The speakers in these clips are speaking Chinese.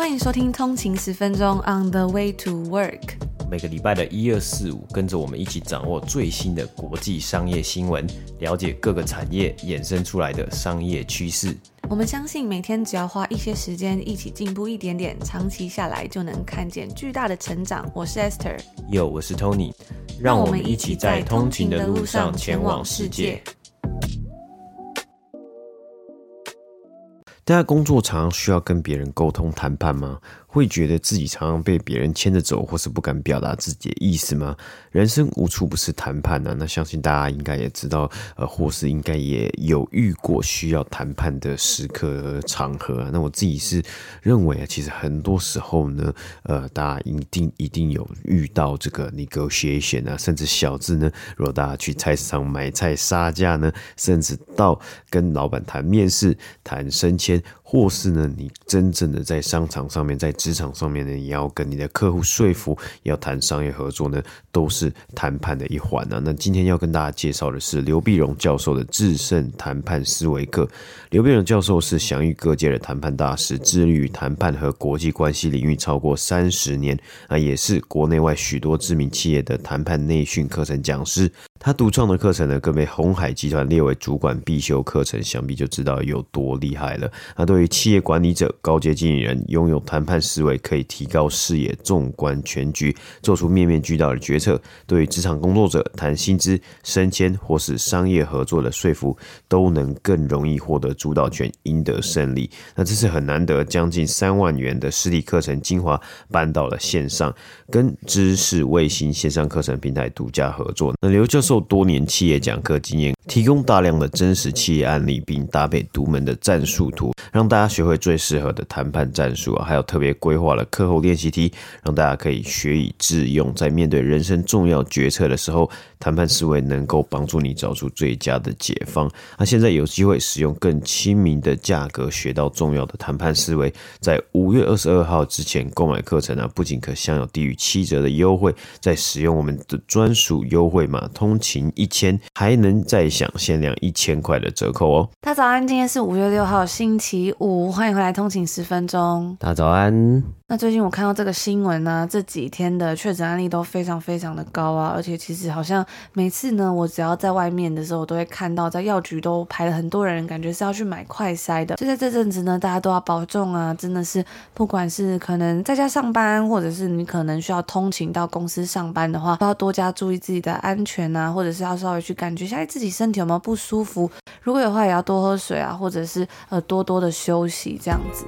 欢迎收听通勤10分钟 On the way to work。 每个礼拜的1、2、4、5，跟着我们一起掌握最新的国际商业新闻，了解各个产业衍生出来的商业趋势。 我们相信每天只要花一些时间一起进步一点点，长期下来就能看见巨大的成长。我是 Esther， 我是 Tony， 让我们一起在通勤的路上前往世界。大家工作常常需要跟别人沟通谈判吗？会觉得自己常常被别人牵着走，或是不敢表达自己的意思吗？人生无处不是谈判啊，那相信大家应该也知道，或是应该也有遇过需要谈判的时刻和场合啊。那我自己是认为啊，其实很多时候呢，大家一定有遇到这个 negotiation 啊，甚至小至呢，如果大家去菜市场买菜杀价呢，甚至到跟老板谈面试、谈升迁。或是呢，你真正的在商场上面，在职场上面呢，也要跟你的客户说服，要谈商业合作呢，都是谈判的一环啊。那今天要跟大家介绍的是刘必荣教授的制胜谈判思维课。刘必荣教授是享誉各界的谈判大师，致力于谈判和国际关系领域超过30年啊，也是国内外许多知名企业的谈判内训课程讲师。他独创的课程呢，更被鸿海集团列为主管必修课程，想必就知道有多厉害了。那对于企业管理者、高阶经理人，拥有谈判思维，可以提高视野，纵观全局，做出面面俱到的决策。对于职场工作者，谈薪资、升迁或是商业合作的说服，都能更容易获得主导权，赢得胜利。那这是很难得，将近3万元的实体课程精华搬到了线上，跟知识卫星线上课程平台独家合作。那刘教授多年企业讲课经验，提供大量的真实企业案例，并搭配独门的战术图，让大家学会最适合的谈判战术还有特别规划了课后练习题，让大家可以学以致用，在面对人生重要决策的时候，谈判思维能够帮助你找出最佳的解方。那现在有机会使用更亲民的价格学到重要的谈判思维，在5月22号之前购买课程不仅可享有低于7折的优惠，在使用我们的专属优惠码通勤1000，还能再享限量1000块的折扣哦。 大家早安，今天是5月6号星期五，欢迎回来通勤10分钟。 大家早安。 那最近我看到这个新闻呢，这几天的确诊案例都非常非常的高啊，而且其实好像每次呢，我只要在外面的时候，我都会看到在药局都排了很多人，感觉是要去买快筛的。就在这阵子呢，大家都要保重啊，真的是不管是可能在家上班，或者是你可能需要通勤到公司上班的话，都要多加注意自己的安全啊，或者是要稍微去感觉一下自己身体有没有不舒服，如果有的话也要多喝水啊，或者是多多的休息这样子。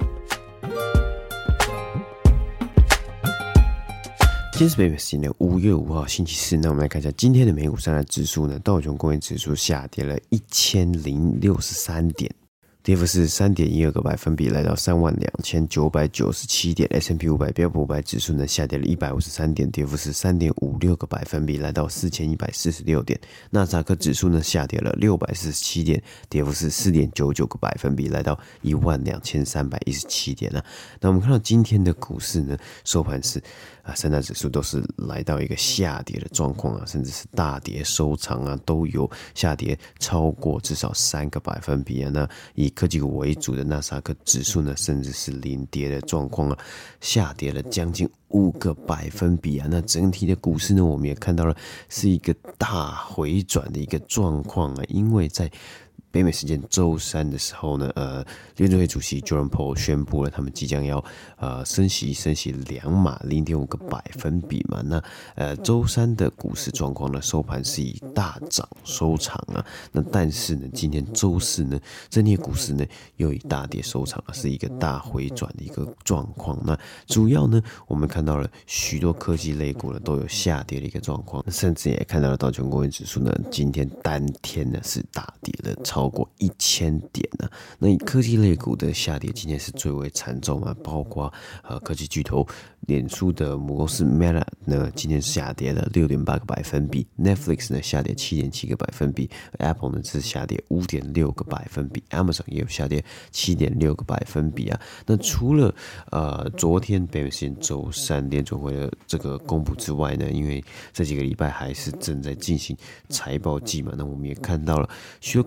今天是北美时间5月5号星期四，那我们来看一下今天的美股三大指数呢，道琼工业指数下跌了1063点，跌幅是3.12个百分比，来到32997点。S&P 500标普500指数呢下跌了153点，跌幅是3.56个百分比，来到4146点。纳斯达克指数呢下跌了647点，跌幅是4.99个百分比，来到12317点啊。那我们看到今天的股市呢，收盘是三大指数都是来到一个下跌的状况啊，甚至是大跌收场啊，都有下跌超过至少3个百分比啊。那以科技股为主的纳斯达克指数呢，甚至是零跌的状况啊，下跌了将近5个百分比啊。那整体的股市呢，我们也看到了是一个大回转的一个状况啊，因为在北美时间周三的时候呢，联准会主席 Jerome Powell 宣布了，他们即将要升息2码0.5个百分比嘛。那周三的股市状况呢，收盘是以大涨收场啊。那但是呢，今天周四呢，整体股市呢又以大跌收场，是一个大回转的一个状况。那主要呢，我们看到了许多科技类股呢都有下跌的一个状况，甚至也看到了道琼工业指数呢，今天单天呢是大跌了超过1000点啊。那以科技类股的下跌，今天是最为惨重啊，包括科技巨头脸书的母公司 Meta 呢，今天下跌了6.8个百分比 ，Netflix 呢下跌7.7个百分比 ，Apple 呢是下跌5.6个百分比 ，Amazon 也有下跌7.6个百分比啊。那除了昨天北美时间周三联准会的这个公布之外呢，因为这几个礼拜还是正在进行财报季嘛，那我们也看到了许多科技公司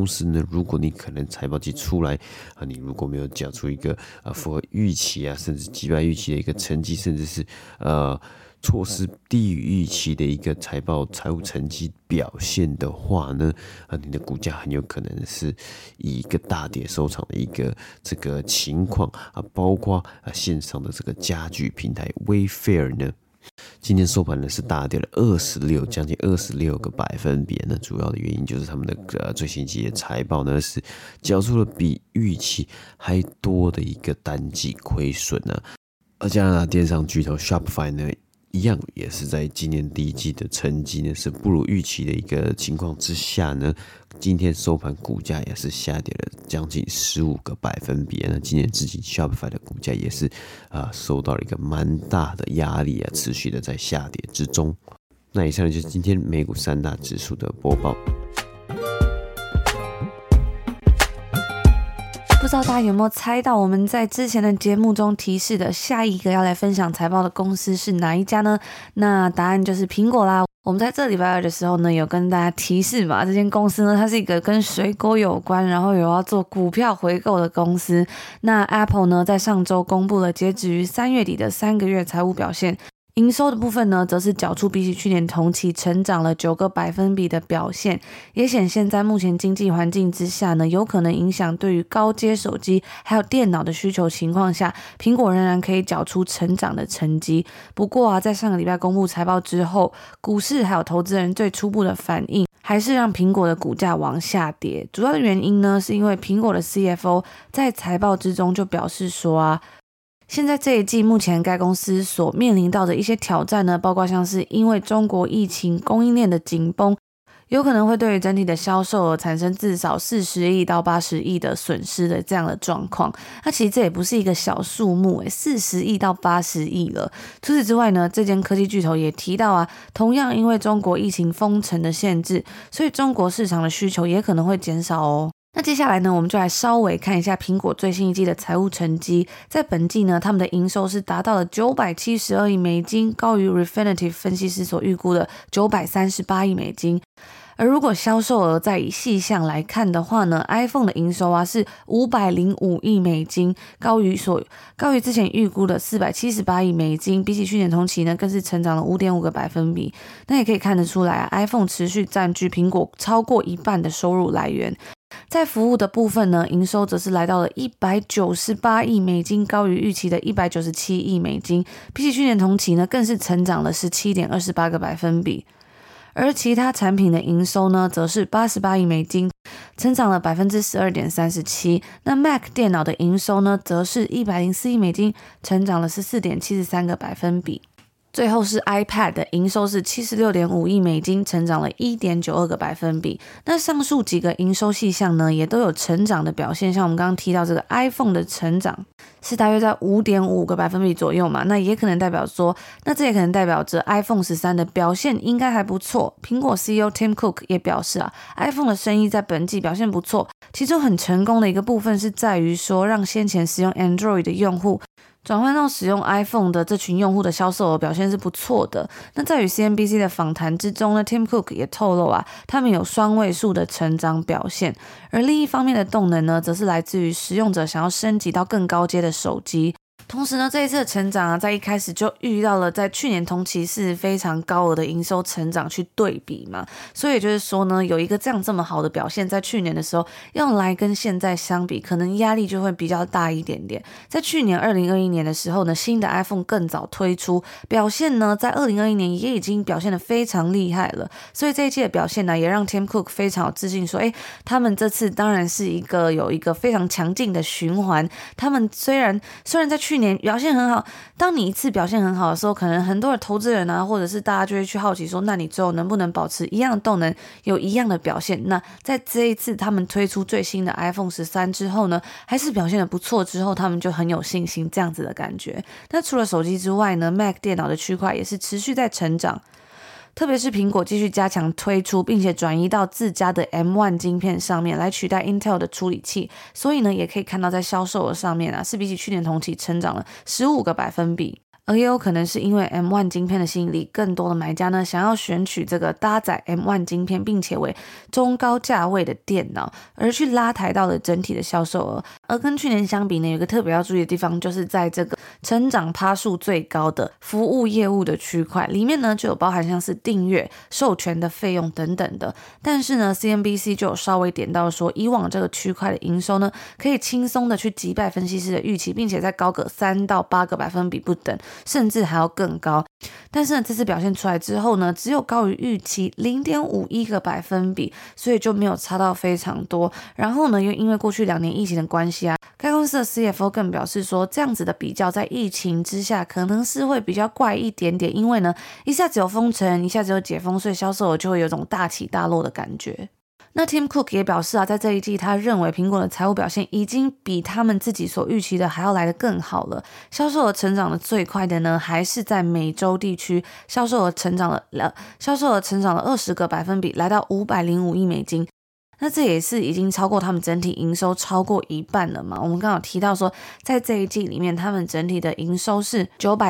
时呢，如果你可能财报季出来你如果没有缴出一个符合预期甚至击败预期的一个成绩，甚至是错失低于预期的一个财务成绩表现的话呢，你的股价很有可能是以一个大跌收场的一个这个情况包括线上的这个家具平台 Wayfair 呢，今天收盘呢是大跌了将近26个百分比呢，主要的原因就是他们的最新季的财报呢是缴出了比预期还多的一个单季亏损而加拿大电商巨头 Shopify 呢一样也是在今年第一季的成绩呢是不如预期的一个情况之下呢，今天收盘股价也是下跌了将近15个百分比那今年自己 Shopify 的股价也是受到了一个蛮大的压力持续的在下跌之中。那以上就是今天美股3大指数的播报。 不知道大家有没有猜到我们在之前的节目中提示的下一个要来分享财报的公司是哪一家呢？那答案就是苹果啦。我们在这礼拜2的时候呢，有跟大家提示嘛，这间公司呢，它是一个跟水果有关，然后有要做股票回购的公司。那 Apple 呢，在上周公布了截止于3月底的3个月财务表现。营收的部分呢，则是缴出比起去年同期成长了9个百分比的表现，也显现在目前经济环境之下呢，有可能影响对于高阶手机还有电脑的需求情况下，苹果仍然可以缴出成长的成绩。不过在上个礼拜公布财报之后，股市还有投资人最初步的反应还是让苹果的股价往下跌。主要的原因呢，是因为苹果的 CFO 在财报之中就表示说现在这一季目前该公司所面临到的一些挑战呢，包括像是因为中国疫情供应链的紧绷，有可能会对于整体的销售额产生至少40亿到80亿的损失的这样的状况。那其实这也不是一个小数目，40亿到80亿了。除此之外呢，这间科技巨头也提到同样因为中国疫情封城的限制，所以中国市场的需求也可能会减少哦。那接下来呢，我们就来稍微看一下苹果最新一季的财务成绩。在本季呢，他们的营收是达到了972亿美金，高于 Refinitiv 分析师所预估的938亿美金。而如果销售额再以细项来看的话呢， iPhone 的营收是505亿美金，高于之前预估的478亿美金，比起去年同期呢更是成长了 5.5个百分比。那也可以看得出来iPhone 持续占据苹果超过一半的收入来源。在服务的部分呢，营收则是来到了198亿美金，高于预期的197亿美金，比起去年同期呢更是成长了 17.28个百分比。而其他产品的营收呢，则是88亿美金，成长了 12.37%。那 Mac 电脑的营收呢，则是104亿美金，成长了 14.73个百分比。最后是 iPad 的营收是 76.5亿美金，成长了 1.92个百分比。那上述几个营收细项呢，也都有成长的表现。像我们刚刚提到这个 iPhone 的成长是大约在 5.5个百分比左右嘛，那也可能代表说，那这也可能代表着 iPhone 13的表现应该还不错。苹果 CEO Tim Cook 也表示iPhone 的生意在本季表现不错，其中很成功的一个部分是在于说，让先前使用 Android 的用户转换到使用 iPhone 的这群用户的销售额表现是不错的。那在与 CNBC 的访谈之中呢， Tim Cook 也透露他们有双位数的成长表现。而另一方面的动能呢，则是来自于使用者想要升级到更高阶的手机。同时呢，这一次的成长在一开始就遇到了在去年同期是非常高额的营收成长去对比嘛，所以也就是说呢，有一个这么好的表现，在去年的时候要来跟现在相比，可能压力就会比较大一点点。在去年2021年的时候呢，新的 iPhone 更早推出，表现呢在2021年也已经表现得非常厉害了，所以这一季的表现呢，也让 Tim Cook 非常有自信说，他们这次当然是有一个非常强劲的循环。他们虽然在去年表现很好，当你一次表现很好的时候，可能很多的投资人或者是大家就会去好奇说，那你之后能不能保持一样的动能，有一样的表现？那在这一次他们推出最新的 iPhone 13之后呢，还是表现得不错，之后他们就很有信心这样子的感觉。那除了手机之外呢， Mac 电脑的区块也是持续在成长，特别是苹果继续加强推出，并且转移到自家的 M1 晶片上面来取代 Intel 的处理器，所以呢，也可以看到在销售额上面是比起去年同期成长了15个百分比。 而也有可能是因为 M1 晶片的吸引力，更多的买家呢想要选取这个搭载 M1 晶片并且为中高价位的电脑，而去拉抬到了整体的销售额。而跟去年相比呢，有一个特别要注意的地方，就是在这个成长趴数最高的服务业务的区块里面呢，就有包含像是订阅、授权的费用等等的。但是呢 CNBC 就有稍微点到说，以往这个区块的营收呢，可以轻松的去击败分析师的预期，并且在高个3到8个百分比不等，甚至还要更高。但是呢，这次表现出来之后呢，只有高于预期 0.51个百分比，所以就没有差到非常多。然后呢，又因为过去2年疫情的关系啊，该公司的 CFO 更表示说，这样子的比较在疫情之下可能是会比较怪一点点，因为呢，一下子有封城，一下子有解封，所以销售额就会有种大起大落的感觉。那 Tim Cook 也表示啊，在这一季他认为苹果的财务表现已经比他们自己所预期的还要来得更好了。销售额成长的最快的呢，还是在美洲地区，销售额成长了20个百分比，来到505亿美金。那这也是已经超过他们整体营收超过一半了嘛。我们刚好提到说，在这一季里面，他们整体的营收是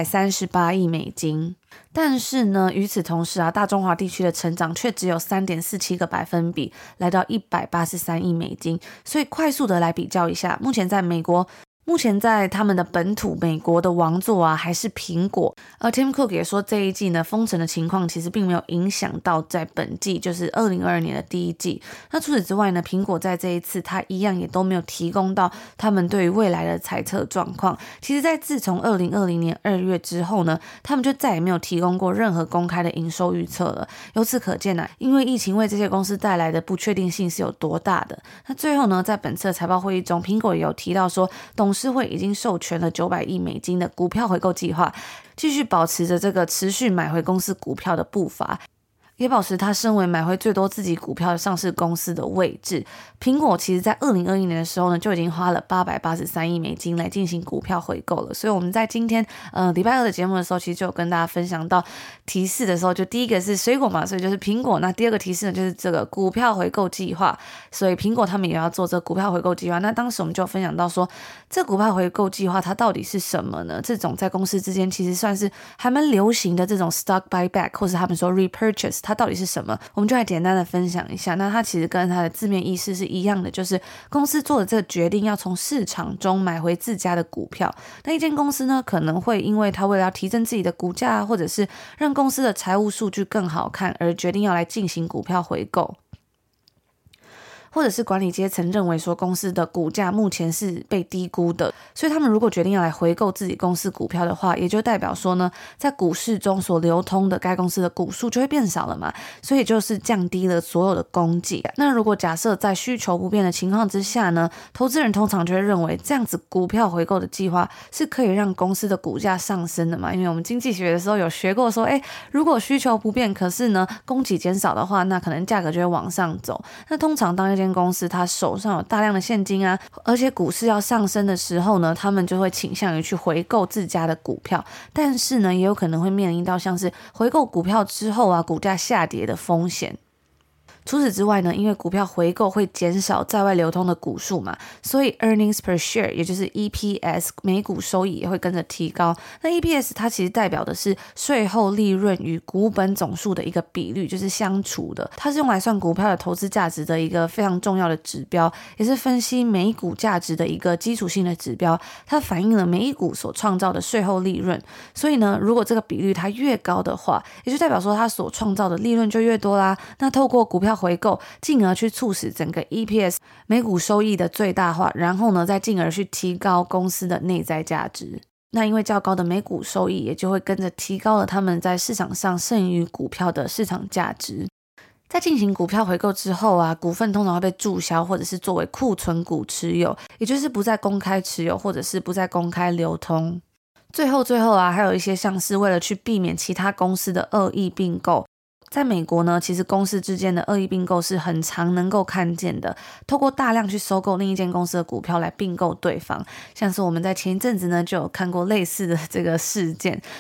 938亿美金。但是呢，与此同时啊，大中华地区的成长却只有 3.47个百分比，来到183亿美金。所以快速的来比较一下，目前在他们的本土美国的王座啊，还是苹果。而 Tim Cook 也说，这一季呢封城的情况其实并没有影响到在本季，就是2022年的第一季。那除此之外呢，苹果在这一次它一样也都没有提供到他们对于未来的财测状况。其实在自从2020年2月之后呢，他们就再也没有提供过任何公开的营收预测了。由此可见啊，因为疫情为这些公司带来的不确定性是有多大的。那最后呢，在本次的财报会议中，苹果也有提到说，董事会已经授权了900亿美金的股票回购计划，继续保持着这个持续买回公司股票的步伐，也保持他身为买回最多自己股票的上市公司的位置。苹果其实在2021年的时候呢，就已经花了883亿美金来进行股票回购了。所以我们在今天礼拜二的节目的时候，其实就有跟大家分享到提示的时候，就第一个是水果嘛，所以就是苹果。那第二个提示呢，就是这个股票回购计划。所以苹果他们也要做这个股票回购计划。那当时我们就分享到说，这股票回购计划它到底是什么呢？这种在公司之间其实算是还蛮流行的这种 stock buyback， 或是他们说 repurchase， 它到底是什么？我们就来简单的分享一下。那它其实跟它的字面意思是一样的，就是公司做的这个决定要从市场中买回自家的股票。那一间公司呢，可能会因为它为了要提升自己的股价，或者是让公司的财务数据更好看，而决定要来进行股票回购。或者是管理阶层认为说公司的股价目前是被低估的，所以他们如果决定要来回购自己公司股票的话，也就代表说呢，在股市中所流通的该公司的股数就会变少了嘛，所以就是降低了所有的供给。那如果假设在需求不变的情况之下呢，投资人通常就会认为这样子股票回购的计划是可以让公司的股价上升的嘛，因为我们经济学的时候有学过说，如果需求不变，可是呢供给减少的话，那可能价格就会往上走。那通常当一间公司他手上有大量的现金啊，而且股市要上升的时候呢，他们就会倾向于去回购自家的股票。但是呢，也有可能会面临到像是回购股票之后啊，股价下跌的风险。除此之外呢，因为股票回购会减少在外流通的股数嘛，所以 earnings per share 也就是 EPS 每股收益也会跟着提高。那 EPS 它其实代表的是税后利润与股本总数的一个比率，就是相除的。它是用来算股票的投资价值的一个非常重要的指标，也是分析每股价值的一个基础性的指标。它反映了每一股所创造的税后利润。所以呢，如果这个比率它越高的话，也就代表说它所创造的利润就越多啦。那透过股票回购，进而去促使整个 EPS 每股收益的最大化，然后呢再进而去提高公司的内在价值。那因为较高的每股收益，也就会跟着提高了他们在市场上剩余股票的市场价值。在进行股票回购之后啊，股份通常会被注销，或者是作为库存股持有，也就是不再公开持有，或者是不再公开流通。最后啊，还有一些像是为了去避免其他公司的恶意并购。在美国呢，其实公司之间的恶意并购是很常能够看见的，透过大量去收购另一间公司的股票来并购对方。像是我们在前一阵子呢就有看过类似的这个事件。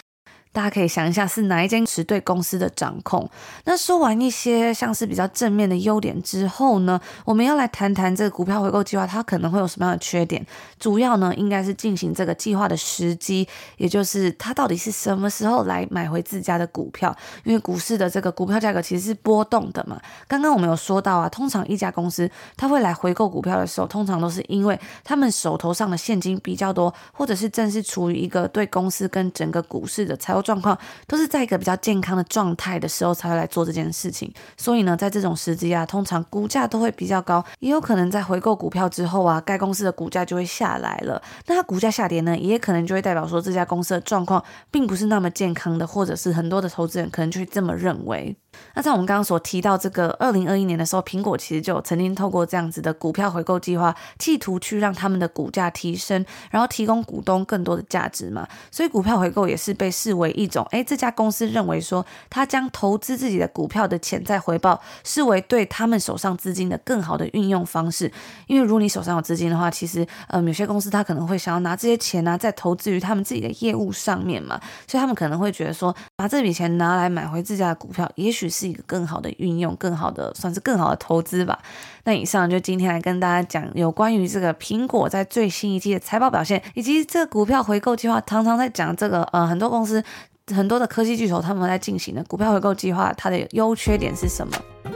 大家可以想一下是哪一间持对公司的掌控。那说完一些像是比较正面的优点之后呢，我们要来谈谈这个股票回购计划它可能会有什么样的缺点。主要呢应该是进行这个计划的时机，也就是它到底是什么时候来买回自家的股票。因为股市的这个股票价格其实是波动的嘛。刚刚我们有说到啊，通常一家公司它会来回购股票的时候，通常都是因为他们手头上的现金比较多，或者是正是处于一个对公司跟整个股市的财务状况都是在一个比较健康的状态的时候才会来做这件事情。所以呢，在这种时机啊，通常股价都会比较高，也有可能在回购股票之后啊，该公司的股价就会下来了。那它股价下跌呢，也可能就会代表说这家公司的状况并不是那么健康的，或者是很多的投资人可能就会这么认为。那在我们刚刚所提到这个2021年的时候，苹果其实就曾经透过这样子的股票回购计划，企图去让他们的股价提升，然后提供股东更多的价值嘛。所以股票回购也是被视为一种，这家公司认为说，他将投资自己的股票的潜在回报视为对他们手上资金的更好的运用方式。因为如果你手上有资金的话，其实有些公司他可能会想要拿这些钱啊，再投资于他们自己的业务上面嘛，所以他们可能会觉得说，把这笔钱拿来买回自家的股票，也许是一个更好的运用，算是更好的投资吧。那以上就今天来跟大家讲有关于这个苹果在最新一季的财报表现，以及这个股票回购计划，常常在讲这个很多公司很多的科技巨头他们在进行的股票回购计划，它的优缺点是什么。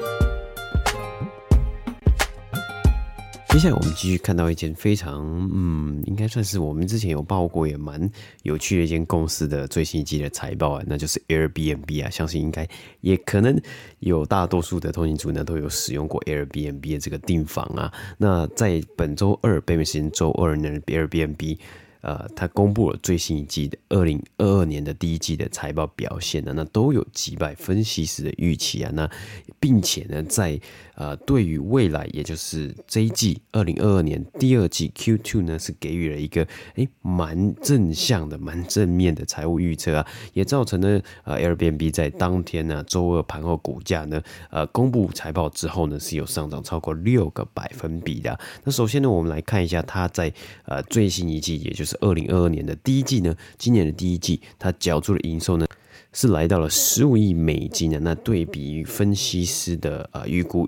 接下来我们继续看到一间非常应该算是我们之前有报过也蛮有趣的一间公司的最新一季的财报啊，那就是 Airbnb 啊，相信应该也可能有大多数的通勤族呢都有使用过 Airbnb 的这个订房啊。那在本周二北美时间周二呢 Airbnb它公布了最新一季的2022年的第一季的财报表现呢，那都有击败分析师的预期啊。那并且呢，在对于未来，也就是这一季2022年第二季 Q2 呢，是给予了一个蛮正向的、蛮正面的财务预测啊，也造成了Airbnb 在当天呢周二盘后股价呢公布财报之后呢，是有上涨超过6个百分比的。那首先呢，我们来看一下它在最新一季，也就是2022年的第一季呢，今年的第一季，它缴出的营收呢是来到了15亿美金的，那对比于分析师的预估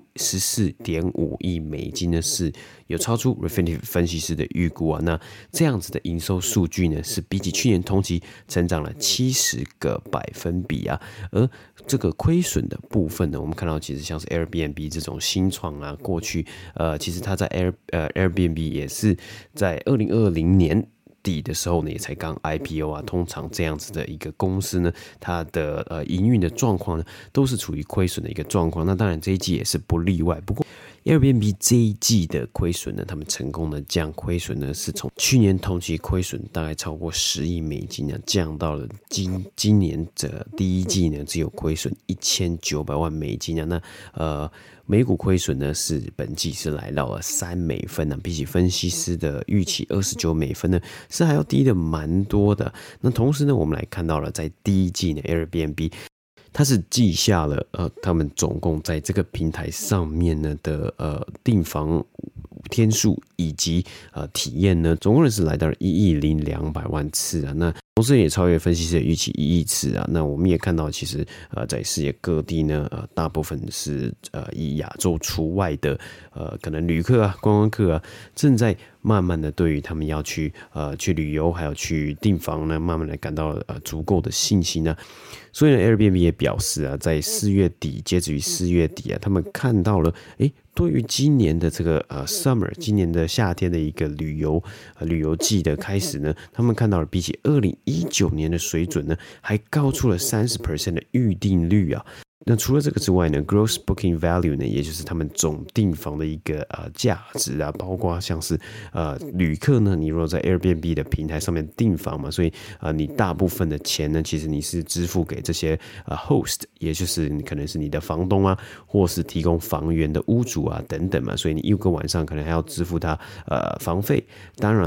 14.5亿美金呢，是有超出 Refinitiv 分析师的预估啊。那这样子的营收数据呢，是比起去年同期成长了70个百分比啊。而这个亏损的部分呢，我们看到其实像是 Airbnb 这种新创啊，过去其实它在Airbnb 也是在2020年底的时候呢，也才刚 IPO 啊。通常这样子的一个公司呢，它的营运的状况呢，都是处于亏损的一个状况。那当然这一季也是不例外。不过 Airbnb 这一季的亏损呢，他们成功的降亏损呢，是从去年同期亏损大概超过10亿美金呢，降到了今年的第一季呢，只有亏损1900万美金啊。那每股亏损呢是本季是来到了3美分呢，比起分析师的预期29美分呢，是还要低的蛮多的。那同时呢，我们来看到了在第一季呢 Airbnb 它是记下了他们总共在这个平台上面呢的订房天数以及体验呢，总共是来到了1亿0200万次啊。那同时也超越分析师的预期1亿次啊。那我们也看到，其实在世界各地呢，大部分是以亚洲除外的可能旅客啊、观光客啊，正在慢慢的对于他们要去旅游还有去订房呢，慢慢的感到足够的信心啊。所以呢 Airbnb 也表示啊，在4月底，截止于4月底啊，他们看到了对于今年的这个summer， 今年的夏天的一个旅游季的开始呢，他们看到了比起2019年的水准呢，还高出了30% 的预订率啊。那除了这个之外呢 ，Gross Booking Value 呢，也就是他们总订房的一个价值啊，包括像是旅客呢，你如果在 Airbnb 的平台上面订房嘛，所以你大部分的钱呢，其实你是支付给这些host， 也就是可能是你的房东啊，或是提供房源的屋主啊等等嘛，所以你一个晚上可能还要支付他房费。当然呢，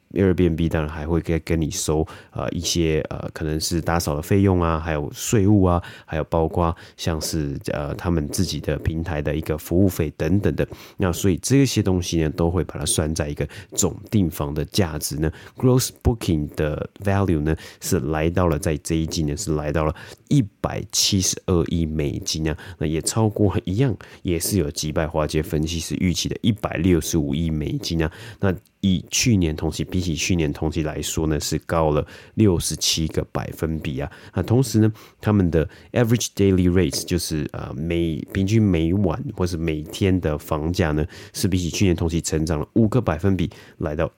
Airbnb 当然还会跟你收一些可能是打扫的费用啊，还有税务啊，还有包括像是他们自己的平台的一个服务费等等的。那所以这些东西呢，都会把它算在一个总订房的价值呢 ，gross booking 的 value 呢是来到了在这一季呢是来到了172亿美金啊，那也超过一样，也是有击败华尔街分析师预期的165亿美金啊，那比起去年同期来说呢，是高了67个百分比啊。那同时呢，他们的 average daily rates 就是平均每晚或是每天的房价呢，是比起去年同期成长了5个百分比，来到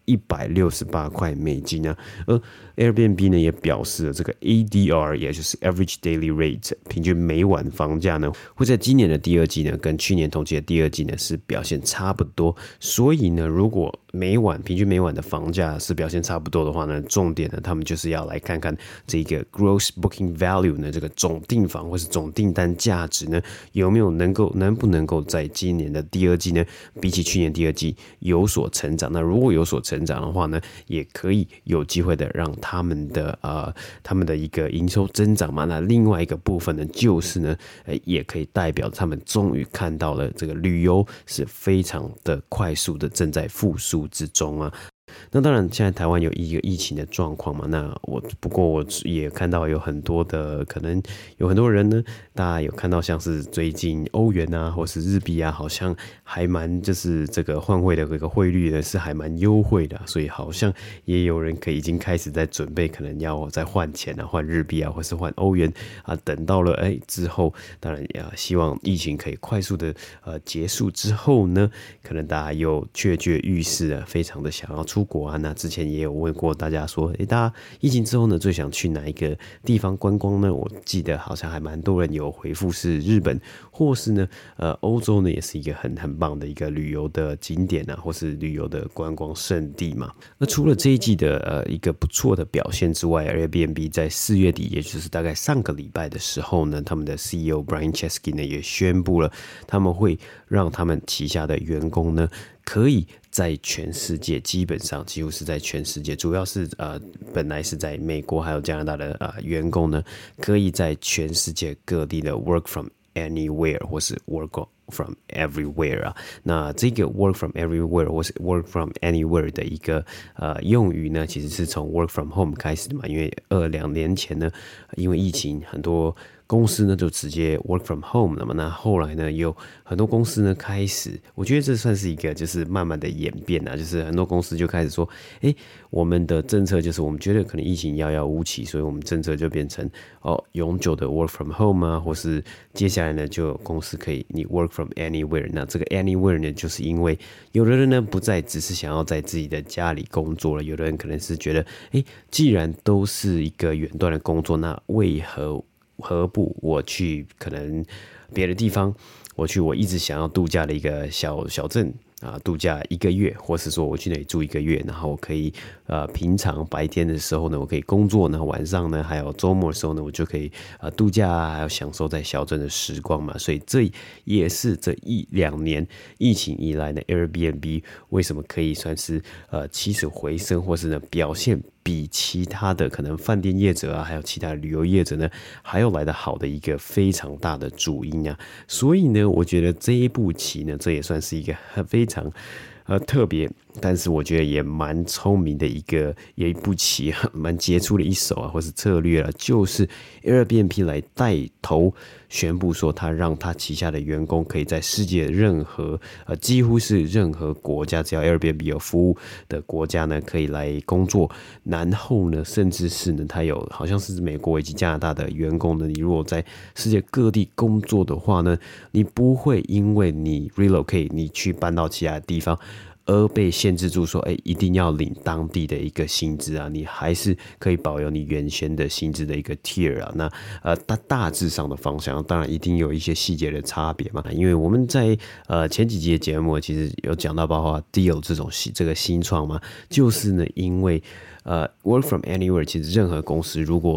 168块美金啊。而 Airbnb 呢也表示了这个 ADR， 也就是 average daily rate 平均每晚房价呢，会在今年的第二季呢，跟去年同期的第二季呢是表现差不多。所以呢，如果平均每晚的房价是表现差不多的话呢，重点呢，他们就是要来看看这个 gross booking value 呢，这个总订房或是总订单价值呢，能不能够在今年的第二季呢，比起去年第二季有所成长？那如果有所成长的话呢，也可以有机会的让他们的一个营收增长嘛。那另外一个部分呢，就是呢，也可以代表他们终于看到了这个旅游是非常的快速的正在复苏之中啊。那当然，现在台湾有一个疫情的状况嘛，不过我也看到有很多的，可能有很多人呢，大家有看到像是最近欧元啊，或是日币啊，好像还蛮就是这个换汇的这个汇率呢是还蛮优惠的，所以好像也有人已经开始在准备，可能要再换钱啊，换日币啊，或是换欧元啊，等到了之后，当然也希望疫情可以快速的结束之后呢，可能大家又跃跃欲试啊，非常的想要出国啊。那之前也有问过大家说，大家疫情之后呢，最想去哪一个地方观光呢？我记得好像还蛮多人有回复是日本，或是呢，欧洲呢也是一个很棒的一个旅游的景点啊，或是旅游的观光胜地嘛。那除了这一季的一个不错的表现之外 ，Airbnb 在4月底，也就是大概上个礼拜的时候呢，他们的 CEO Brian Chesky 呢也宣布了，他们会让他们旗下的员工呢，可以在全世界，基本上几乎是在全世界，主要是本来是在美国还有加拿大的员工呢，可以在全世界各地的 work from anywhere 或是 work from everywhere 啊。那这个 work from everywhere 或是 work from anywhere 的一个用语呢，其实是从 work from home 开始的嘛，因为2年前呢，因为疫情，很多公司呢就直接 work from home 了嘛，那后来呢有很多公司呢开始，我觉得这算是一个就是慢慢的演变啊，就是很多公司就开始说，我们的政策就是我们觉得可能疫情遥遥无期，所以我们政策就变成永久的 work from home 啊，或是接下来呢就有公司可以你 work from anywhere。 那这个 anywhere 呢，就是因为有的人呢不再只是想要在自己的家里工作了，有的人可能是觉得既然都是一个远端的工作，那何不我去可能别的地方，我去我一直想要度假的一个小镇度假1个月，或是说我去那里住1个月，然后我可以平常白天的时候呢，我可以工作，然后晚上呢，还有周末的时候呢，我就可以度假啊，还有享受在小镇的时光嘛。所以这也是这1-2年疫情以来呢 Airbnb 为什么可以算是起死回生，或是呢表现比其他的可能饭店业者啊，还有其他的旅游业者呢，还要来得好的一个非常大的主因啊。所以呢，我觉得这一步棋呢，这也算是一个非常特别，但是我觉得也蛮聪明的一步棋，蛮杰出的一手啊，或是策略啊，就是 Airbnb 来带头宣布说，他让他旗下的员工可以在世界任何几乎是任何国家，只要 Airbnb 有服务的国家呢，可以来工作。然后呢，甚至是呢，他有好像是美国以及加拿大的员工呢，你如果在世界各地工作的话呢，你不会因为你 relocate 你去搬到其他地方而被限制住说一定要领当地的一个薪资啊，你还是可以保有你原先的薪资的一个 tier 啊。那大致上的方向当然一定有一些细节的差别嘛，因为我们在前几集的节目其实有讲到包括 Deal 这个新创嘛，就是呢因为work from anywhere， 其实任何公司如果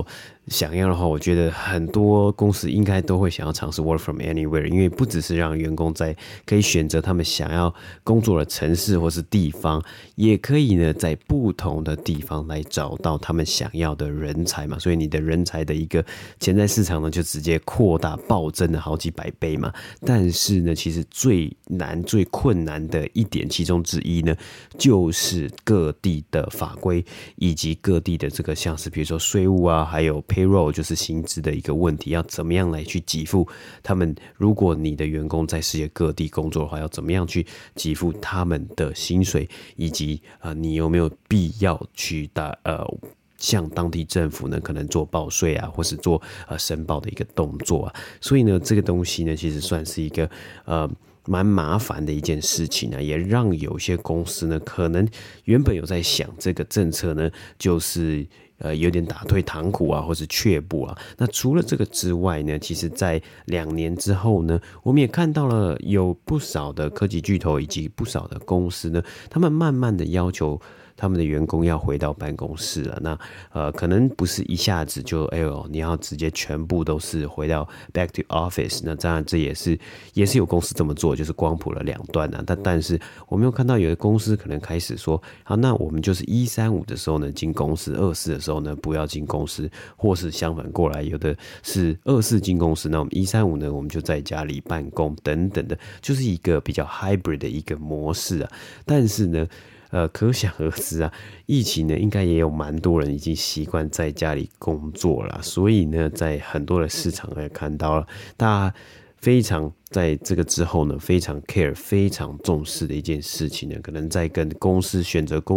想要的话，我觉得很多公司应该都会想要尝试 work from anywhere，因为不只是让员工可以选择他们想要工作的城市或是地方，也可以呢在不同的地方来找到他们想要的人才嘛，所以你的人才的一个潜在市场呢就直接扩大暴增了好几百倍嘛。但是呢，其实最难最困难的一点其中之一呢，就是各地的法规以及各地的这个像是比如说税务啊，还有 payroll 就是薪资的一个问题，要怎么样来去给付他们？如果你的员工在世界各地工作的话，要怎么样去给付他们的薪水，以及你有没有必要去向当地政府呢可能做报税啊，或是做申报的一个动作啊。所以呢，这个东西呢其实算是一个蛮麻烦的一件事情啊，也让有些公司呢可能原本有在想这个政策呢，就是有点打退堂鼓啊，或是却步啊。那除了这个之外呢，其实在2年之后呢，我们也看到了有不少的科技巨头以及不少的公司呢，他们慢慢的要求他们的员工要回到办公室了。那可能不是一下子就你要直接全部都是回到 back to office。那当然这也是有公司这么做，就是光谱了两端啊。但是我们又看到有的公司可能开始说，好，那我们就是135的时候呢进公司，24的时候呢不要进公司，或是相反过来，有的是24进公司，那我们135呢我们就在家里办公等等的，就是一个比较 hybrid 的一个模式啊。但是呢可想而知啊，疫情呢应该也有蛮多人已经习惯在家里工作了，所以呢在很多的市场也看到了大家非常在这个之后呢非常 care 非常重视的一件事情呢，可能在跟公司选择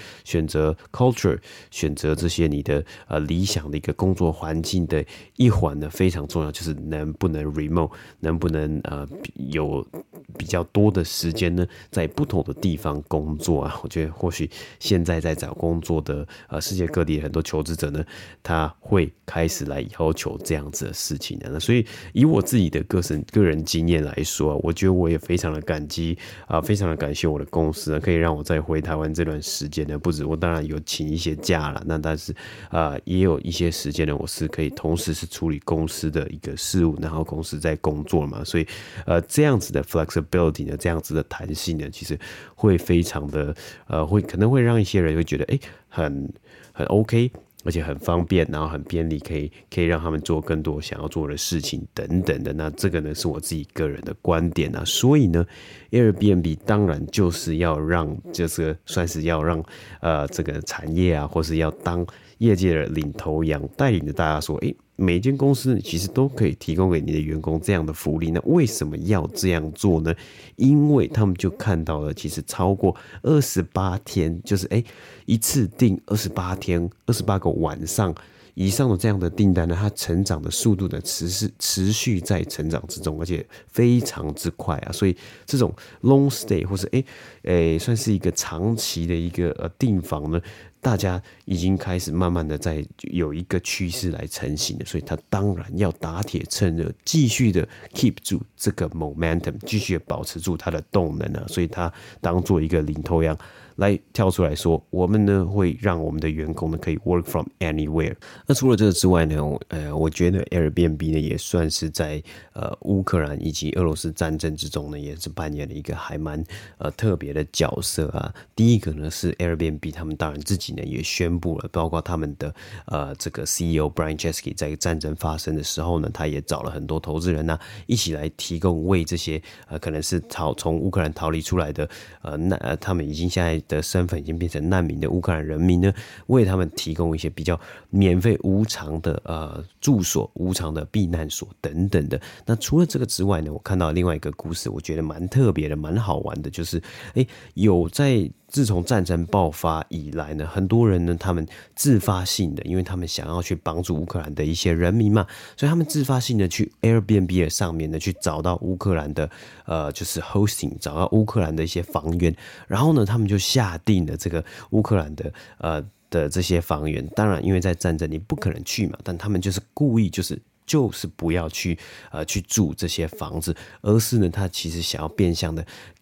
culture 选择这些你的理想的一个工作环境的一环呢非常重要，就是能不能 remote， 能不能有比较多的时间呢在不同的地方工作啊。我觉得或许现在在找工作的世界各地的很多求职者呢，他会开始来要求这样子的事情啊。那所以以我自己的个人经验来说啊，我觉得我也非常的感激非常的感谢我的公司可以让我在回台湾这段时间呢，不止我当然有请一些假了，那但是也有一些时间呢，我是可以同时是处理公司的一个事务，然后公司在工作嘛，所以这样子的 flexibility 呢，这样子的弹性呢，其实会非常的可能会让一些人会觉得很 OK，而且很方便，然后很便利，可以让他们做更多想要做的事情等等的。那这个呢是我自己个人的观点啊，所以呢 Airbnb 当然就是要让算是要让这个产业啊，或是要当业界的领头羊，带领着大家说，每一间公司其实都可以提供给你的员工这样的福利，那为什么要这样做呢？因为他们就看到了，其实超过28天，就是一次订28天，28个晚上以上的这样的订单呢，它成长的速度呢持续在成长之中，而且非常之快啊！所以这种 long stay 或是算是一个长期的一个订房呢，大家已经开始慢慢的在有一个趋势来成型了，所以他当然要打铁趁热，继续的 keep 住这个 momentum， 继续的保持住它的动能啊，所以他当做一个领头羊来跳出来说，我们呢会让我们的员工呢可以 work from anywhere。那除了这个之外呢，我觉得 Airbnb 呢也算是在乌克兰以及俄罗斯战争之中呢，也是扮演了一个还蛮特别的角色啊。第一个呢是 Airbnb 他们当然自己呢也宣布了，包括他们的这个 CEO Brian Chesky 在战争发生的时候呢，他也找了很多投资人一起来提供为这些可能是从乌克兰逃离出来的他们已经现在的身份已经变成难民的乌克兰人民呢，为他们提供一些比较免费无偿的住所、无偿的避难所等等的。那除了这个之外呢，我看到另外一个故事，我觉得蛮特别的、蛮好玩的，就是自从战争爆发以来呢，很多人呢他们自发性的，因为他们想要去帮助乌克兰的一些人民嘛，所以他们自发性的去 Airbnb 的上面呢去找到乌克兰的就是 hosting， 找到乌克兰的一些房源，然后呢他们就下定了这个乌克兰的这些房源。当然因为在战争你不可能去嘛，但他们就是故意就是不要去住这些房子，而是呢他其实想要变相的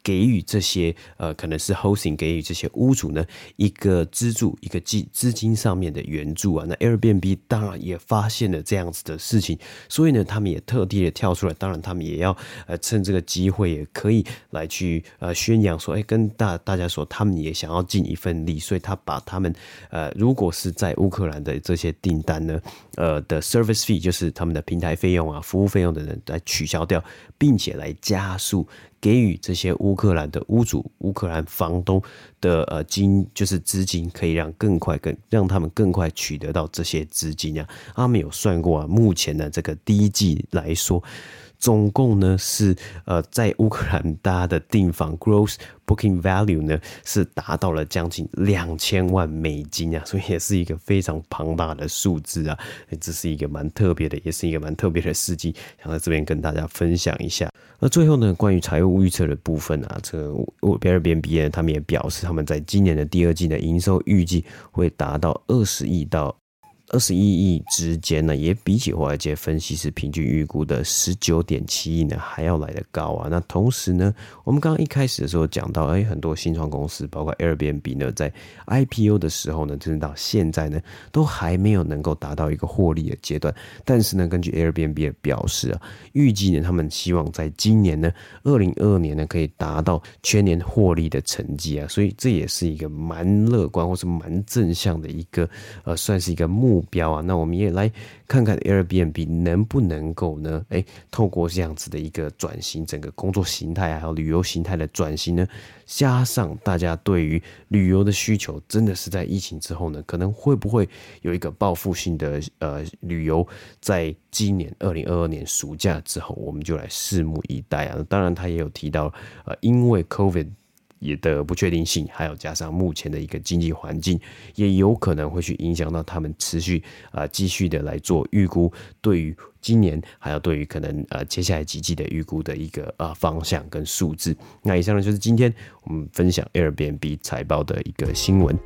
给予这些可能是 hosting 给予这些屋主呢一个资助，一个资金上面的援助啊。那 Airbnb 当然也发现了这样子的事情，所以呢他们也特地的跳出来，当然他们也要趁这个机会也可以来去宣扬说，跟大家说他们也想要尽一份力，所以他把他们如果是在乌克兰的这些订单呢的 service fee 就是他们的平台费用啊、服务费用等等来取消掉，并且来加速给予这些乌克兰的屋主、乌克兰房东的就是资金，可以让他们更快取得到这些资金啊。他们有算过啊，目前的这个第一季来说，总共呢是在乌克兰大家的订房 gross booking value 呢是达到了将近$2000万啊，所以也是一个非常庞大的数字啊。这是一个蛮特别的，也是一个蛮特别的事迹，想在这边跟大家分享一下。那最后呢，关于财务预测的部分啊，这个 Airbnb 呢，他们也表示他们在今年的第二季的营收预计会达到20亿到21亿之间呢，也比起华尔街分析师平均预估的19.7亿呢还要来得高啊。那同时呢，我们刚刚一开始的时候讲到，很多新创公司，包括 Airbnb 呢，在 IPO 的时候呢，甚至到现在呢，都还没有能够达到一个获利的阶段。但是呢，根据 Airbnb 的表示啊，预计呢，他们希望在今年呢，2022年呢，可以达到全年获利的成绩啊。所以这也是一个蛮乐观或是蛮正向的一个算是一个目标啊。那我们也来看看 Airbnb 能不能够呢透过这样子的一个转型，整个工作形态还有旅游形态的转型呢，加上大家对于旅游的需求，真的是在疫情之后呢，可能会不会有一个报复性的旅游，在今年2022年暑假之后，我们就来拭目以待啊。当然他也有提到因为 COVID也的不确定性，还有加上目前的一个经济环境，也有可能会去影响到他们持续继续的来做预估，对于今年还有对于可能接下来几季的预估的一个方向跟数字。那以上呢就是今天我们分享 Airbnb 财报的一个新闻。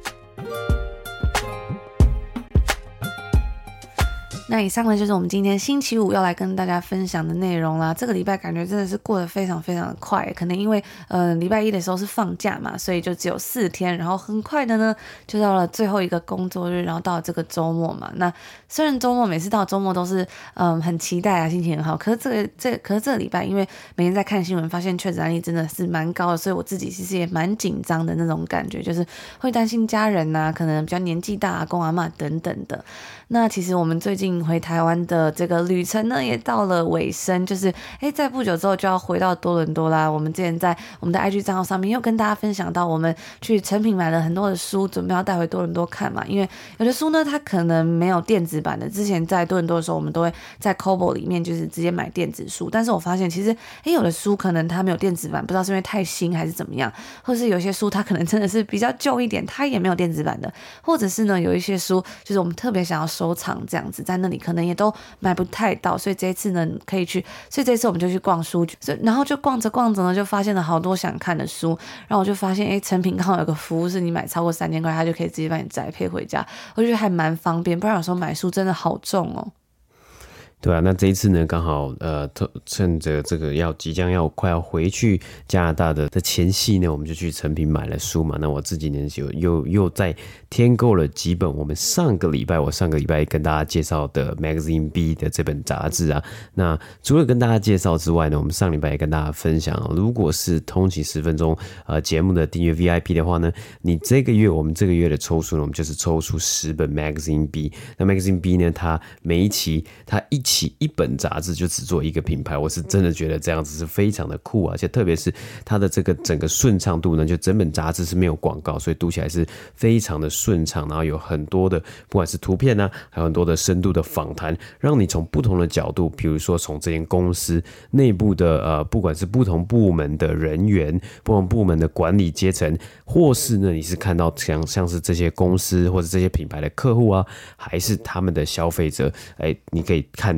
那以上呢就是我们今天星期五要来跟大家分享的内容啦。这个礼拜感觉真的是过得非常非常的快，可能因为礼拜一的时候是放假嘛，所以就只有4天，然后很快的呢就到了最后一个工作日，然后到了这个周末嘛。那虽然周末每次到周末都是很期待啊，心情很好，可是这个礼拜因为每天在看新闻，发现确诊案例真的是蛮高的，所以我自己其实也蛮紧张的那种感觉，就是会担心家人啊，可能比较年纪大，阿公阿嬷等等的。那其实我们最近回台湾的这个旅程呢，也到了尾声，就是在不久之后就要回到多伦多啦。我们之前在我们的 IG 账号上面又跟大家分享到，我们去诚品买了很多的书，准备要带回多伦多看嘛。因为有的书呢，它可能没有电子版的。之前在多伦多的时候，我们都会在 Kobo 里面就是直接买电子书，但是我发现其实有的书可能它没有电子版，不知道是因为太新还是怎么样，或是有些书它可能真的是比较旧一点，它也没有电子版的，或者是呢有一些书就是我们特别想要收藏这样子，在那里可能也都买不太到，所以这一次呢可以去，所以这次我们就去逛书局，然后就逛着逛着呢，就发现了好多想看的书，然后我就发现诚品刚好有个服务是你买超过3000块，它就可以直接帮你宅配回家，我觉得还蛮方便，不然有时候买书真的好重哦。 对啊，那这一次呢，刚好趁着这个即将快要回去加拿大的前夕呢，我们就去诚品买了书嘛。那我自己呢又再添购了几本我上个礼拜跟大家介绍的 Magazine B 的这本杂志啊。那除了跟大家介绍之外呢，我们上礼拜也跟大家分享，如果是通勤10分钟节目的订阅 VIP 的话呢，我们这个月的抽书呢，我们就是抽出10本 Magazine B。那 Magazine B 呢，它每一期它一本杂志就只做一个品牌，我是真的觉得这样子是非常的酷啊，而且特别是它的这个整个顺畅度呢，就整本杂志是没有广告，所以读起来是非常的顺畅，然后有很多的不管是图片啊，还有很多的深度的访谈，让你从不同的角度，比如说从这间公司内部的不管是不同部门的人员，不同部门的管理阶层，或是呢你是看到像是这些公司或者这些品牌的客户啊，还是他们的消费者，你可以看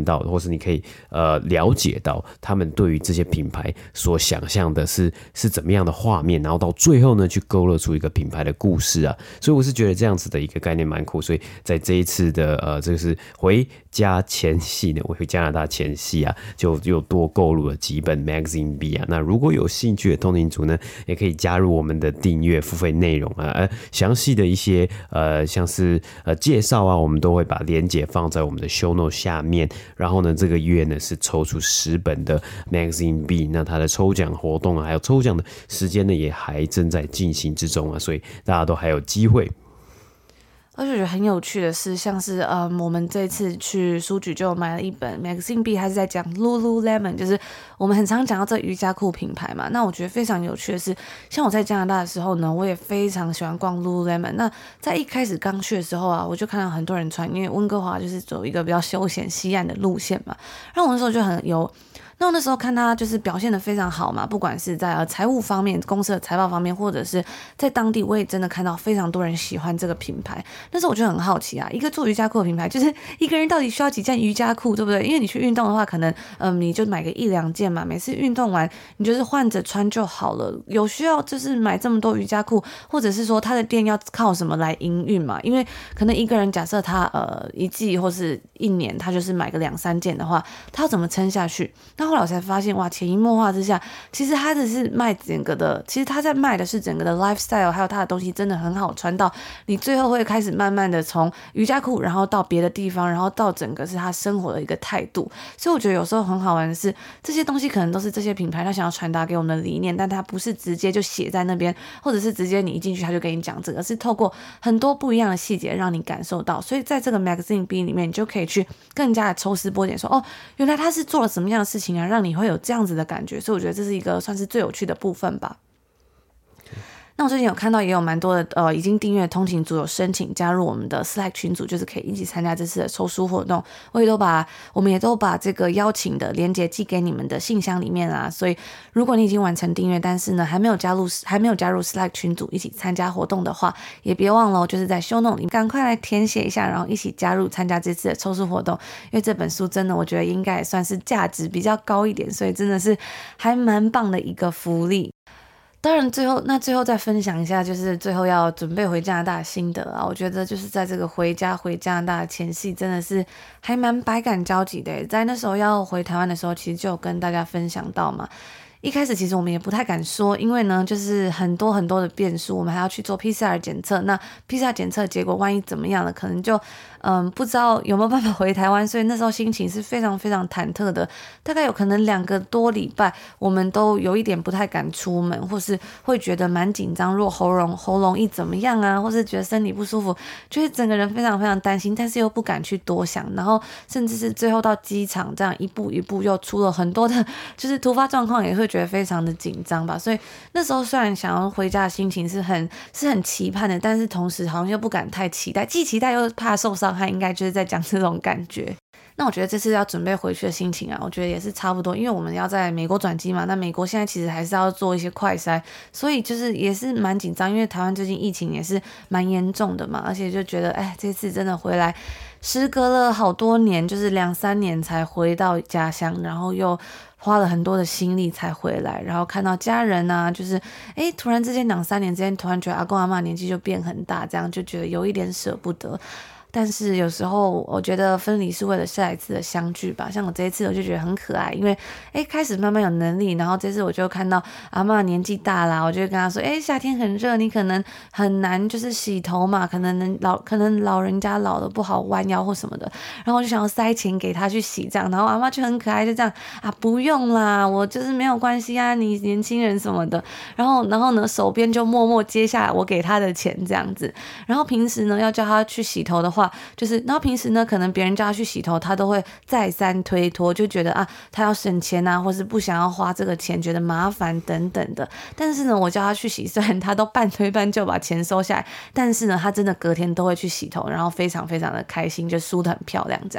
看到的，或是你可以了解到他们对于这些品牌所想象的是怎么样的画面，然后到最后呢去勾勒出一个品牌的故事啊。所以我是觉得这样子的一个概念蛮酷，所以在这一次的这个是回家前夕呢，我回加拿大前夕啊，就又多购入了几本 Magazine B 啊。那如果有兴趣的通勤族呢，也可以加入我们的订阅付费内容啊，详细的一些像是介绍啊，我们都会把连结放在我们的 show note 下面。然后呢，这个月呢是抽出10本的 Magazine B， 那它的抽奖活动啊，还有抽奖的时间呢，也还正在进行之中啊，所以大家都还有机会。 而且我觉得很有趣的是，像是我们这次去书局就买了一本 Magazine B， 它是在讲 Lululemon， 就是我们很常讲到这瑜伽裤品牌嘛。那我觉得非常有趣的是，像我在加拿大的时候呢，我也非常喜欢逛 Lululemon。那在一开始刚去的时候啊，我就看到很多人穿，因为温哥华就是走一个比较休闲西岸的路线嘛，然后我那时候就很有。那我那时候看他就是表现得非常好嘛，不管是在财务方面、公司的财报方面，或者是在当地，我也真的看到非常多人喜欢这个品牌。那时候我就很好奇啊，一个做瑜伽裤的品牌，就是一个人到底需要几件瑜伽裤，对不对？因为你去运动的话，可能你就买个1-2件嘛，每次运动完你就是换着穿就好了。有需要就是买这么多瑜伽裤，或者是说他的店要靠什么来营运嘛？因为可能一个人假设他一季或是1年，他就是买个2-3件的话，他要怎么撑下去？那后来我才发现，哇，潜移默化之下，其实他的是卖整个的，其实他在卖的是整个的 lifestyle， 还有他的东西真的很好穿到你最后会开始慢慢的从瑜伽裤，然后到别的地方，然后到整个是他生活的一个态度。所以我觉得有时候很好玩的是，这些东西可能都是这些品牌他想要传达给我们的理念，但他不是直接就写在那边，或者是直接你一进去他就跟你讲这个，是透过很多不一样的细节让你感受到。所以在这个 Magazine B 里面，你就可以去更加的抽丝剥茧，说哦，原来他是做了什么样的事情啊，让你会有这样子的感觉。所以我觉得这是一个算是最有趣的部分吧。那我最近有看到也有蛮多的已经订阅的通勤族有申请加入我们的 Slack 群组，就是可以一起参加这次的抽书活动。我们也都把这个邀请的连结寄给你们的信箱里面啦。所以如果你已经完成订阅，但是呢还没有加入 Slack 群组一起参加活动的话，也别忘了就是在 show note 里赶快来填写一下，然后一起加入参加这次的抽书活动。因为这本书真的我觉得应该也算是价值比较高一点，所以真的是还蛮棒的一个福利。当然最后再分享一下，就是最后要准备回加拿大的心得啊。我觉得就是在这个回加拿大的前夕，真的是还蛮百感交集的。在那时候要回台湾的时候，其实就有跟大家分享到嘛。一开始其实我们也不太敢说，因为呢就是很多很多的变数，我们还要去做 PCR 检测。那 PCR 检测结果万一怎么样了，可能就不知道有没有办法回台湾，所以那时候心情是非常非常忐忑的。大概有可能2个多礼拜，我们都有一点不太敢出门，或是会觉得蛮紧张，若喉咙一怎么样啊，或是觉得身体不舒服，就会整个人非常非常担心，但是又不敢去多想，然后甚至是最后到机场这样一步一步又出了很多的就是突发状况，也会觉得非常的紧张吧。所以那时候虽然想要回家的心情是很期盼的，但是同时好像又不敢太期待，既期待又怕受伤害，应该就是在讲这种感觉。那我觉得这次要准备回去的心情啊，我觉得也是差不多，因为我们要在美国转机嘛，那美国现在其实还是要做一些快筛，所以就是也是蛮紧张，因为台湾最近疫情也是蛮严重的嘛，而且就觉得这次真的回来时隔了好多年，就是2-3年才回到家乡，然后又花了很多的心力才回来，然后看到家人啊，就是突然之间2-3年之间，突然觉得阿公阿嬷年纪就变很大，这样就觉得有一点舍不得。但是有时候我觉得分离是为了下一次的相聚吧。像我这一次我就觉得很可爱，因为开始慢慢有能力，然后这次我就看到阿嬷年纪大啦，我就跟她说夏天很热，你可能很难就是洗头嘛，可能老人家老了不好弯腰或什么的，然后我就想要塞钱给她去洗这样，然后阿嬷就很可爱，就这样不用啦，我就是没有关系啊，你年轻人什么的，然后呢手边就默默接下我给她的钱这样子。然后平时呢要叫她去洗头的话，然后平时呢可能别人叫他去洗头，他都会再三推脱，就觉得他要省钱啊，或是不想要花这个钱，觉得麻烦等等的。但是呢我叫他去洗，虽然他都半推半就把钱收下来，但是呢他真的隔天都会去洗头，然后非常非常的开心，就梳得很漂亮这样。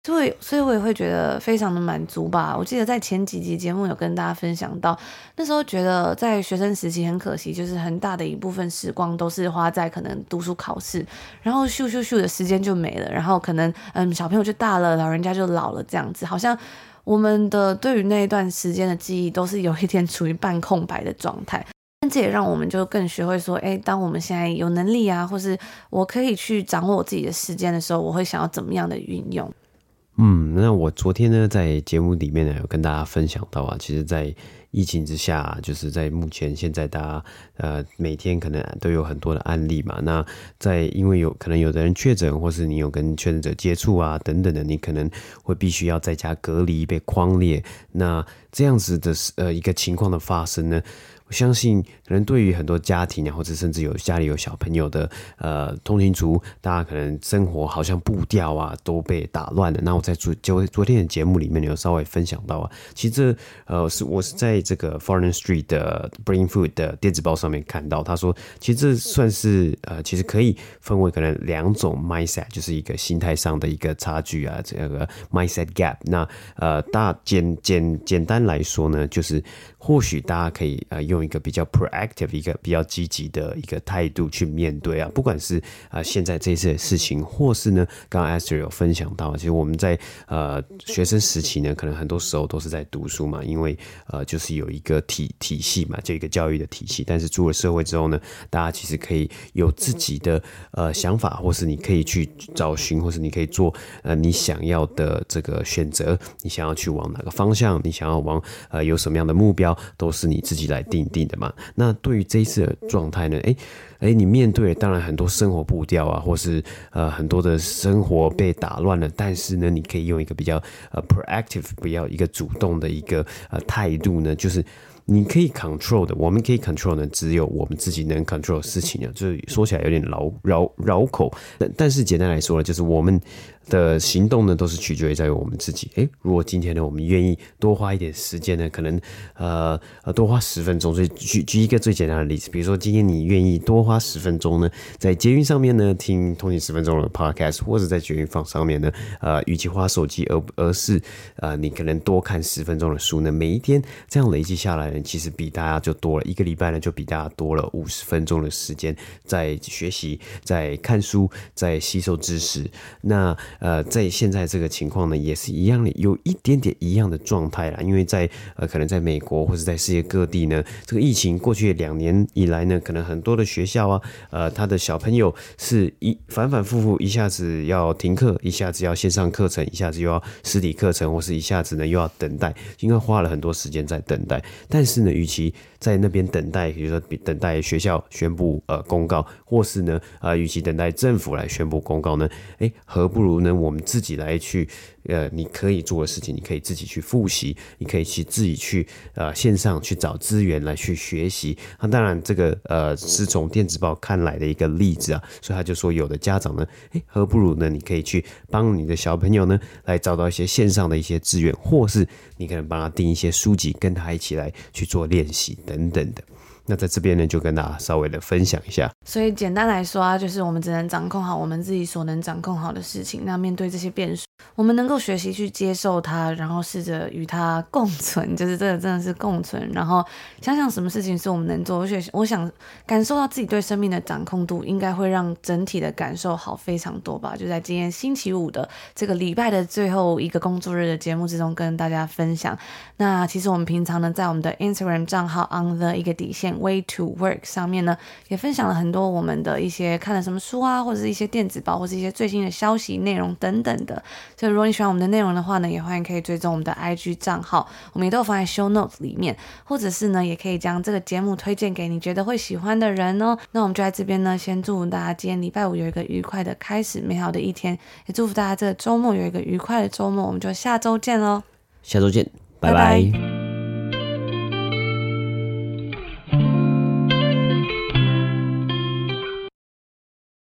所以我也会觉得非常的满足吧。我记得在前几集节目有跟大家分享到，那时候觉得在学生时期很可惜，就是很大的一部分时光都是花在可能读书考试，然后咻咻咻的时间就没了，然后可能小朋友就大了，老人家就老了，这样子好像我们的对于那一段时间的记忆都是有一点处于半空白的状态。但这也让我们就更学会说，当我们现在有能力啊，或是我可以去掌握我自己的时间的时候，我会想要怎么样的运用。 那我昨天呢，在节目里面呢，有跟大家分享到啊，其实，在疫情之下，就是在目前现在大家每天可能都有很多的案例嘛。那因为可能有的人确诊，或是你有跟确诊者接触啊等等的，你可能会必须要在家隔离，被匡列。那这样子的一个情况的发生呢，我相信可能对于很多家庭啊，或者甚至家里有小朋友的通勤族，大家可能生活好像步调啊都被打乱了。那我在昨天的节目里面有稍微分享到啊，其实我是在这个 Foreign Street 的 Bring Food 的电子报上面看到，他说其实这算是其实可以分为可能两种 mindset， 就是一个心态上的一个差距啊，这个 mindset gap。那简单来说呢，就是或许大家可以用一个比较 proactive 一个比较积极的一个态度去面对啊，不管是现在这一次的事情，或是呢刚刚 Esther 有分享到，其实我们在学生时期呢，可能很多时候都是在读书嘛，因为就是有一个体系嘛，就一个教育的体系。但是出了社会之后呢，大家其实可以有自己的想法，或是你可以去找寻，或是你可以做你想要的这个选择，你想要去往哪个方向，你想要往有什么样的目标，都是你自己来定的嘛。那对于这一次的状态呢，你面对当然很多生活步调啊，或是很多的生活被打乱了，但是呢，你可以用一个比较proactive， 比较一个主动的一个态度呢，就是你可以 control 的，我们可以 control 的只有我们自己能 control 的事情啊，就是说起来有点绕口，但是简单来说呢，就是我们的行动呢，都是取决于在于我们自己。如果今天呢，我们愿意多花一点时间呢，可能多花10分钟。所以举一个最简单的例子，比如说今天你愿意多花10分钟呢，在捷运上面呢听通勤10分钟的 podcast， 或者在捷运房上面呢，与其花手机而是你可能多看10分钟的书呢，每一天这样累积下来呢，其实比大家就多了一个礼拜呢，就比大家多了50分钟的时间在学习，在看书，在吸收知识。那在现在这个情况呢，也是一样的，有一点点一样的状态啦。因为可能在美国或是在世界各地呢，这个疫情过去2年以来呢，可能很多的学校啊，他的小朋友是反反复复，一下子要停课，一下子要线上课程，一下子又要实体课程，或是一下子呢又要等待，因为花了很多时间在等待。但是呢，与其在那边等待，比如说等待学校宣布公告，或是呢与其等待政府来宣布公告呢，何不如呢我们自己来去你可以做的事情，你可以自己去复习，你可以自己去线上去找资源来去学习。那当然这个是从电子报看来的一个例子啊，所以他就说有的家长呢，何不如呢你可以去帮你的小朋友呢来找到一些线上的一些资源，或是你可能帮他订一些书籍，跟他一起来去做练习等等的。那在这边呢，就跟大家稍微的分享一下。 所以简单来说啊，就是我们只能掌控好我们自己所能掌控好的事情。那面对这些变数，我们能够学习去接受它，然后试着与它共存，就是这个真的是共存。然后想想什么事情是我们能做，我想感受到自己对生命的掌控度，应该会让整体的感受好非常多吧。就在今天星期五的这个礼拜的最后一个工作日的节目之中，跟大家分享。那其实我们平常呢，在我们的 Instagram 账号 on the 一个底线 way to work 上面呢，也分享了很多我们的一些看了什么书啊，或者是一些电子报，或是一些最新的消息内容等等的。所以如果你喜欢我们的内容的话呢，也欢迎可以追踪我们的 IG 账号，我们也都有放在 show notes 里面，或者是呢，也可以将这个节目推荐给你觉得会喜欢的人哦。那我们就在这边呢，先祝福大家今天礼拜五有一个愉快的开始，美好的一天，也祝福大家这个周末有一个愉快的周末。我们就下周见咯， 下周见，拜拜。